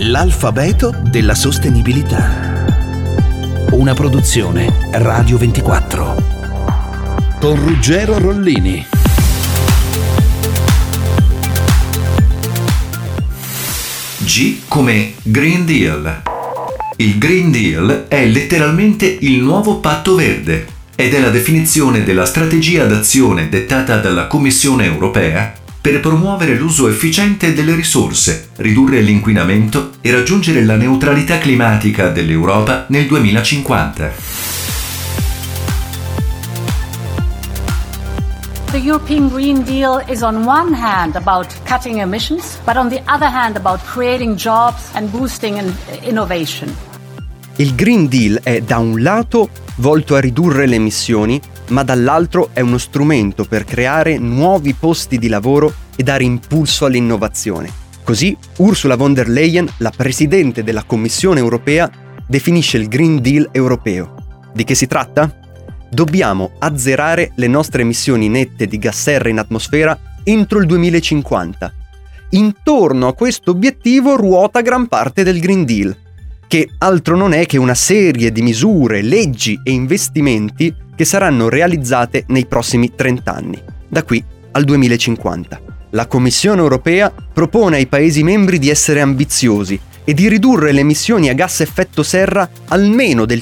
L'alfabeto della sostenibilità. Una produzione Radio 24 con Ruggero Rollini. G come Green Deal. Il Green Deal è letteralmente il nuovo patto verde ed è la definizione della strategia d'azione dettata dalla Commissione europea per promuovere l'uso efficiente delle risorse, ridurre l'inquinamento e raggiungere la neutralità climatica dell'Europa nel 2050. The European Green Deal is on one hand about cutting emissions, but on the other hand about creating jobs and boosting innovation. Il Green Deal è da un lato volto a ridurre le emissioni, ma dall'altro è uno strumento per creare nuovi posti di lavoro e dare impulso all'innovazione. Così Ursula von der Leyen, la presidente della Commissione europea, definisce il Green Deal europeo. Di che si tratta? Dobbiamo azzerare le nostre emissioni nette di gas serra in atmosfera entro il 2050. Intorno a questo obiettivo ruota gran parte del Green Deal, che altro non è che una serie di misure, leggi e investimenti che saranno realizzate nei prossimi 30 anni, da qui al 2050. La Commissione europea propone ai Paesi membri di essere ambiziosi e di ridurre le emissioni a gas effetto serra almeno del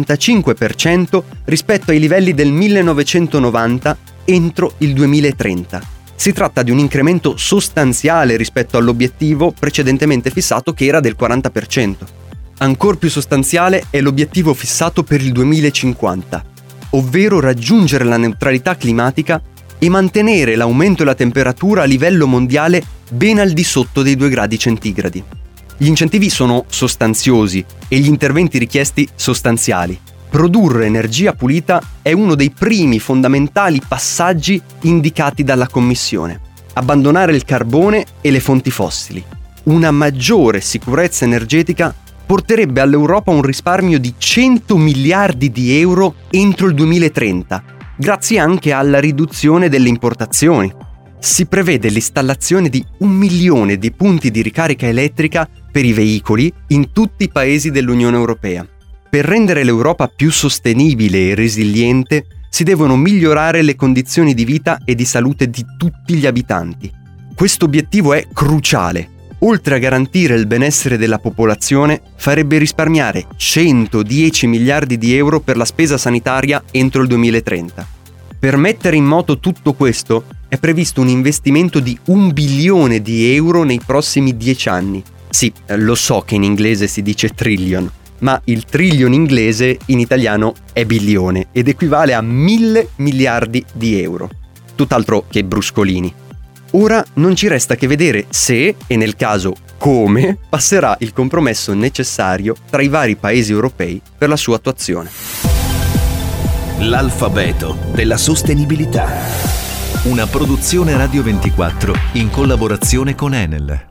55% rispetto ai livelli del 1990 entro il 2030. Si tratta di un incremento sostanziale rispetto all'obiettivo precedentemente fissato, che era del 40%. Ancor più sostanziale è l'obiettivo fissato per il 2050, ovvero raggiungere la neutralità climatica e mantenere l'aumento della temperatura a livello mondiale ben al di sotto dei 2 gradi centigradi. Gli incentivi sono sostanziosi e gli interventi richiesti sostanziali. Produrre energia pulita è uno dei primi fondamentali passaggi indicati dalla Commissione. Abbandonare il carbone e le fonti fossili. Una maggiore sicurezza energetica porterebbe all'Europa un risparmio di 100 miliardi di euro entro il 2030, grazie anche alla riduzione delle importazioni. Si prevede l'installazione di 1 milione di punti di ricarica elettrica per i veicoli in tutti i paesi dell'Unione Europea. Per rendere l'Europa più sostenibile e resiliente, si devono migliorare le condizioni di vita e di salute di tutti gli abitanti. Questo obiettivo è cruciale. Oltre a garantire il benessere della popolazione, farebbe risparmiare 110 miliardi di euro per la spesa sanitaria entro il 2030. Per mettere in moto tutto questo è previsto un investimento di 1 bilione di euro nei prossimi 10 anni. Sì, lo so che in inglese si dice trillion, ma il trillion inglese in italiano è bilione ed equivale a 1.000 miliardi di euro. Tutt'altro che bruscolini. Ora non ci resta che vedere se, e nel caso come, passerà il compromesso necessario tra i vari paesi europei per la sua attuazione. L'alfabeto della sostenibilità. Una produzione Radio 24 in collaborazione con Enel.